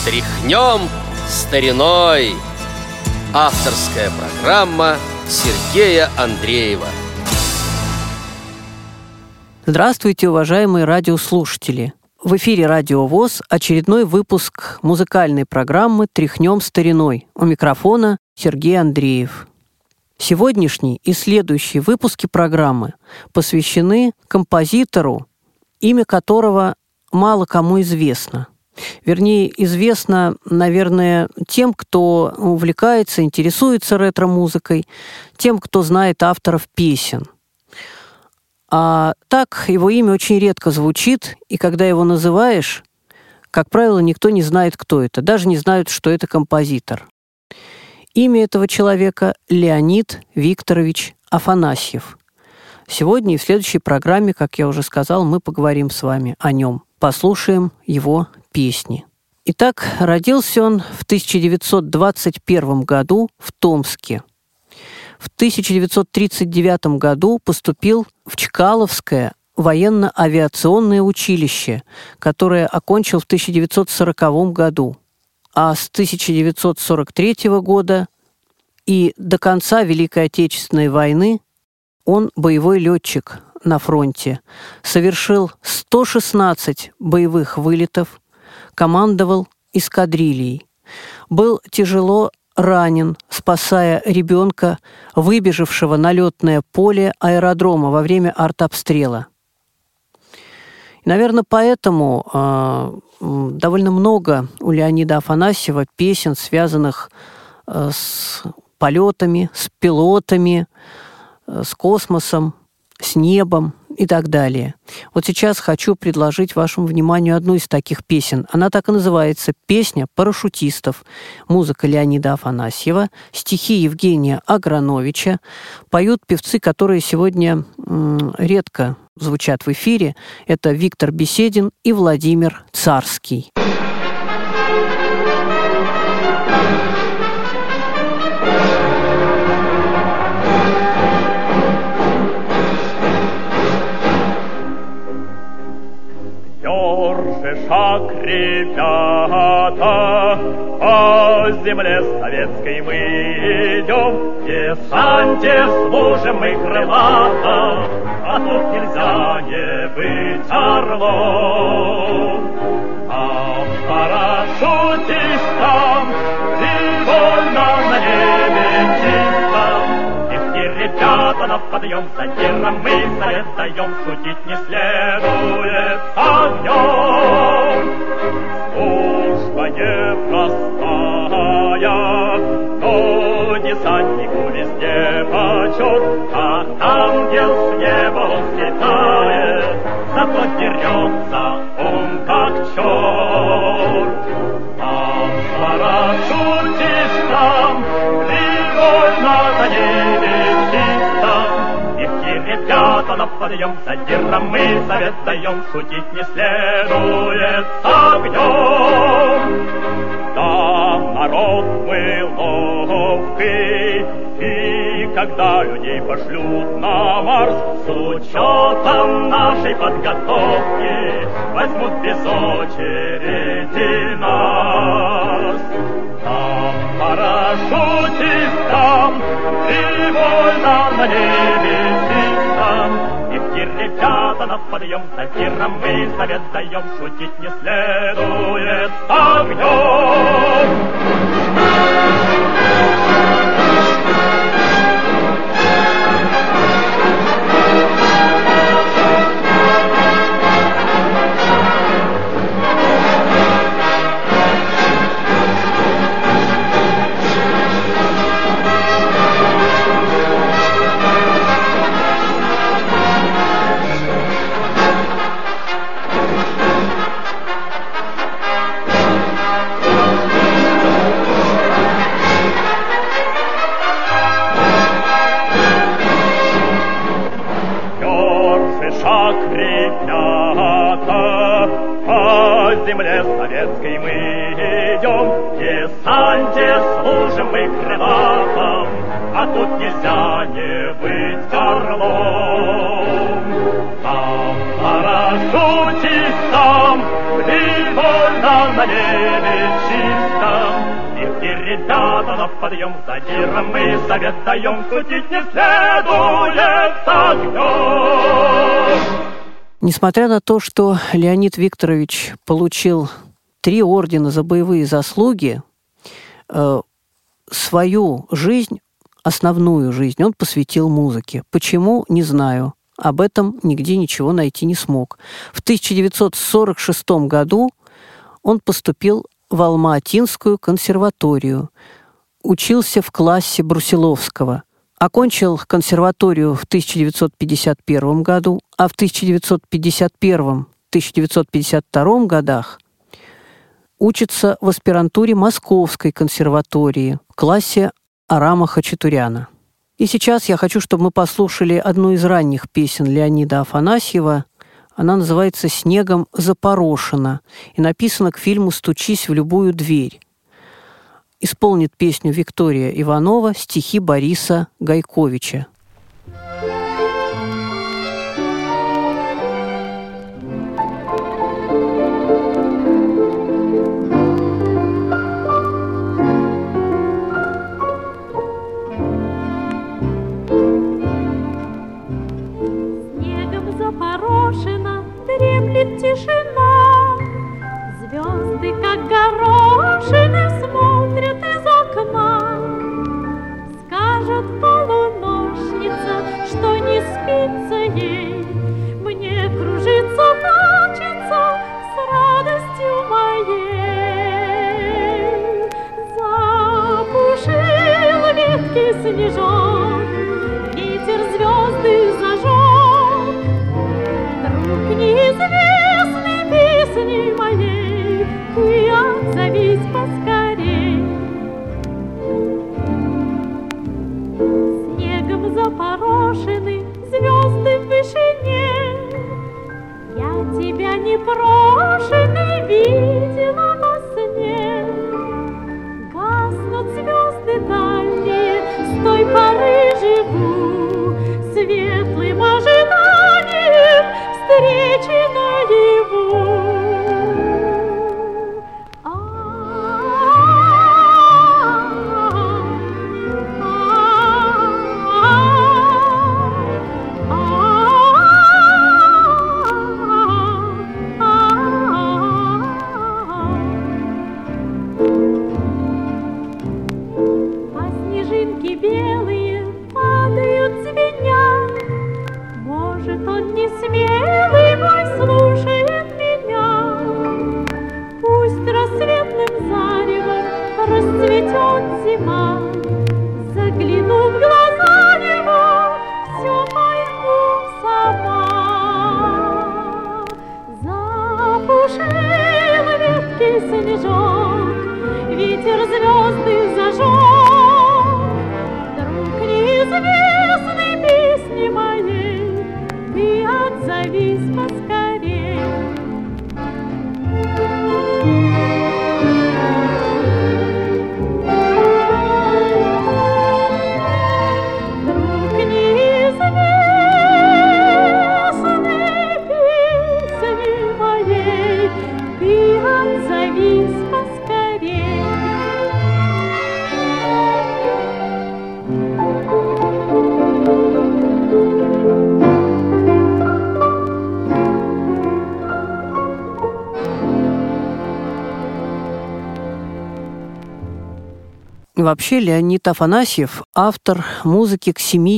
Тряхнем стариной. Авторская программа Сергея Андреева. Здравствуйте, уважаемые радиослушатели! В эфире Радио ВОС очередной выпуск музыкальной программы «Тряхнем стариной». У микрофона Сергей Андреев. Сегодняшний и следующие выпуски программы посвящены композитору, имя которого мало кому известно. Вернее, известно, наверное, тем, кто увлекается, интересуется ретро-музыкой, тем, кто знает авторов песен. А так его имя очень редко звучит, и когда его называешь, как правило, никто не знает, кто это, даже не знают, что это композитор. Имя этого человека – Леонид Викторович Афанасьев. Сегодня и в следующей программе, как я уже сказал, мы поговорим с вами о нем, послушаем его песни. Итак, родился он в 1921 году в Томске. В 1939 году поступил в Чкаловское военно-авиационное училище, которое окончил в 1940 году. А с 1943 года и до конца Великой Отечественной войны он боевой летчик на фронте, совершил 116 боевых вылетов, командовал эскадрильей, был тяжело ранен, спасая ребенка, выбежавшего на летное поле аэродрома во время артобстрела. И, наверное, поэтому довольно много у Леонида Афанасьева песен, связанных с полетами, с пилотами, с космосом, с небом и так далее. Вот сейчас хочу предложить вашему вниманию одну из таких песен. Она так и называется «Песня парашютистов». Музыка Леонида Афанасьева, стихи Евгения Аграновича. Поют певцы, которые сегодня редко звучат в эфире. Это Виктор Беседин и Владимир Царский. Шаг, ребята, по земле советской мы идем, в десанте служим мы крылато, а тут нельзя не быть орлом. А парашютистам привольно на небе чистом, их ребята на подъем за тиром мы совет даем, шутить не следует огнем. Служба непростая, но десантнику везде почет, как ангел с неба он слетает, зато дерется он как черт. А парашютистам привольно на небе чистом, ребята на подъем, за тиром мы совет даем, шутить не следует с огнем. Да, народ мы ловкий, и когда людей пошлют на Марс, с учетом нашей подготовки возьмут без очереди нас. Там парашютистам привольно на небе чистом, их ребята на подъем, за тиром мы совет даем, шутить не следует с огнем. земле советской мы идем, в десанте служим мы крылатом, а тут нельзя не быть орлом. Там парашютистам привольно на небе чистом. Легкие ребята на подъем, за миром мы совет даем, шутить не следует с огнем. Несмотря на то, что Леонид Викторович получил 3 ордена за боевые заслуги, свою жизнь, основную жизнь, он посвятил музыке. Почему, не знаю. Об этом нигде ничего найти не смог. В 1946 году он поступил в Алма-Атинскую консерваторию, учился в классе Брусиловского. Окончил консерваторию в 1951 году, а в 1951-1952 годах учится в аспирантуре Московской консерватории в классе Арама Хачатуряна. И сейчас я хочу, чтобы мы послушали одну из ранних песен Леонида Афанасьева. Она называется «Снегом запорошена» и написана к фильму «Стучись в любую дверь». Исполнит песню Виктория Иванова, стихи Бориса Гайковича. Снегом запорошена, дремлет тишина, звезды, как горошины, смотрят из окна. Скажет полуношница, что не спится ей, мне кружится, хочется с радостью моей. Запушил ветки снежок, ветер звезды зажег. Друг неизвестный песни моей, ты отзовись поскорей. Снегом запорошены звезды в вышине, я тебя непрошенный видела во сне. Гаснут звезды дальние, с той поры живу светлым ожиданием встречи наяву. Вообще Леонид Афанасьев – автор музыки к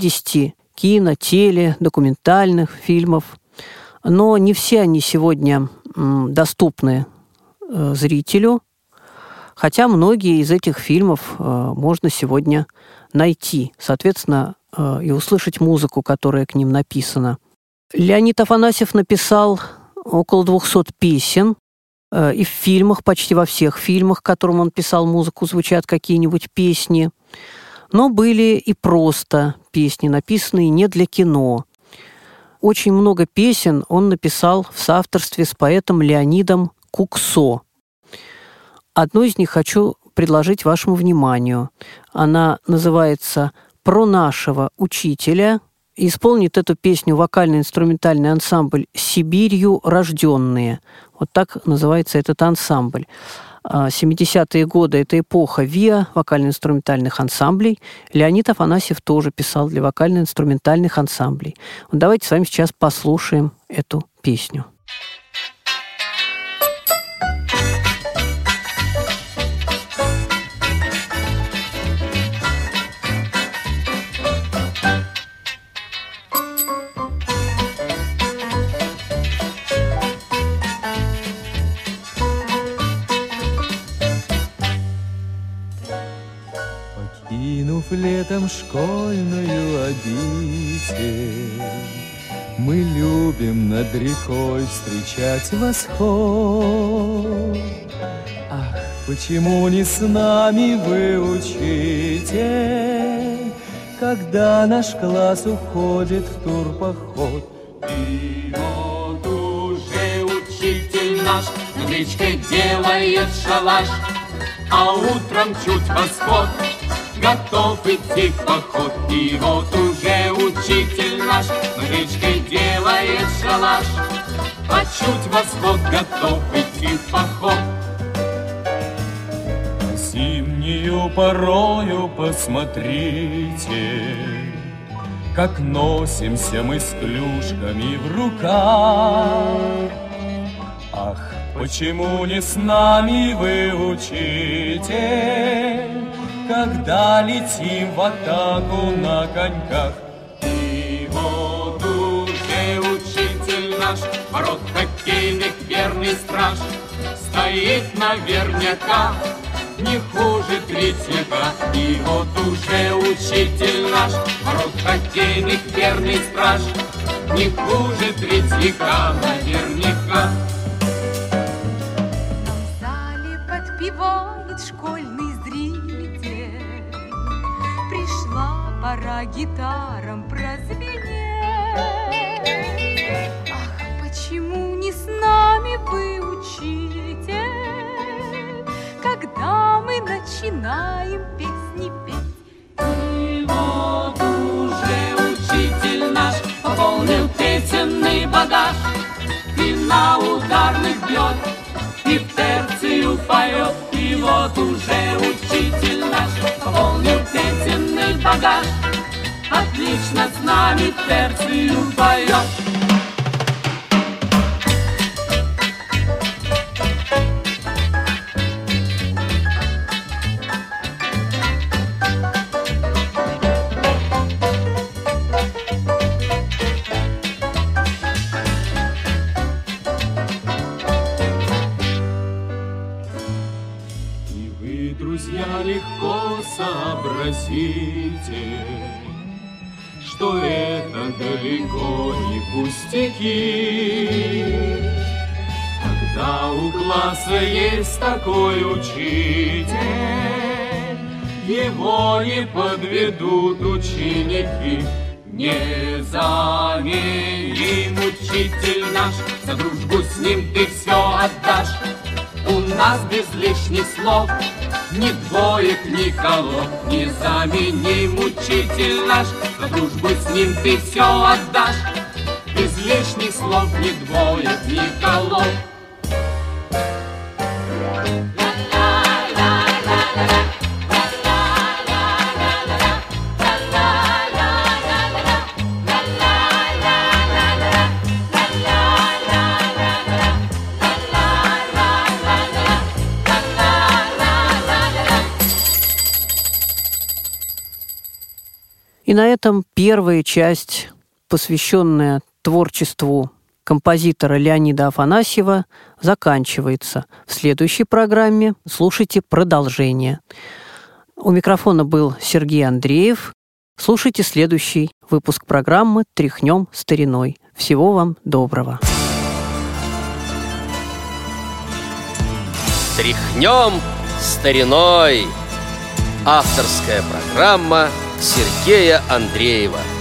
70 кино, теле, документальных фильмов. Но не все они сегодня доступны зрителю, хотя многие из этих фильмов можно сегодня найти, соответственно, и услышать музыку, которая к ним написана. Леонид Афанасьев написал около 200 песен, и в фильмах, почти во всех фильмах, к которым он писал музыку, звучат какие-нибудь песни. Но были и просто песни, написанные не для кино. Очень много песен он написал в соавторстве с поэтом Леонидом Куксо. Одну из них хочу предложить вашему вниманию. Она называется «Про нашего учителя» И исполнит эту песню вокально-инструментальный ансамбль «Сибирью рожденные». Вот так называется этот ансамбль. 70-е годы – это эпоха ВИА, вокально-инструментальных ансамблей. Леонид Афанасьев тоже писал для вокально-инструментальных ансамблей. Вот давайте с вами сейчас послушаем эту песню. Покинув летом школьную обитель, мы любим над рекой встречать восход. Ах, почему не с нами вы, учитель, когда наш класс уходит в турпоход? И вот уже учитель наш над речкой делает шалаш, а утром чуть восход готов идти в поход. И вот уже учитель наш над речкой делает шалаш, а чуть восход готов идти в поход. Зимнюю порою посмотрите, как носимся мы с клюшками в руках. Ах, почему не с нами вы, учитель, когда летим в атаку на коньках? И вот уже учитель наш, ворот хоккейных верный страж, стоит наверняка не хуже третьяка. И вот уже учитель наш, ворот хоккейных верный страж, не хуже третьяка наверняка. В зале подпевает школьный зритель, пришла пора гитарам прозвенеть. Ах, почему не с нами вы, учитель, когда мы начинаем песни петь? И вот уже учитель наш пополнил песенный багаж, и на ударных бьет, и в терцию поет. И вот уже учитель наш пополнил песенный багаж, отлично с нами в терцию поет. Друзья, легко сообразите, что это далеко не пустяки. Когда у класса есть такой учитель, его не подведут ученики. Не заменим учитель наш, за дружбу с ним ты все отдашь. У нас без лишних слов ни двоек, ни колов. Незаменим учитель наш, за дружбу с ним ты все отдашь. Без лишних слов ни двоек, ни колов. И на этом первая часть, посвященная творчеству композитора Леонида Афанасьева, заканчивается. В следующей программе слушайте продолжение. У микрофона был Сергей Андреев. Слушайте следующий выпуск программы «Тряхнем стариной». Всего вам доброго. «Тряхнем стариной». Авторская программа Сергея Андреева.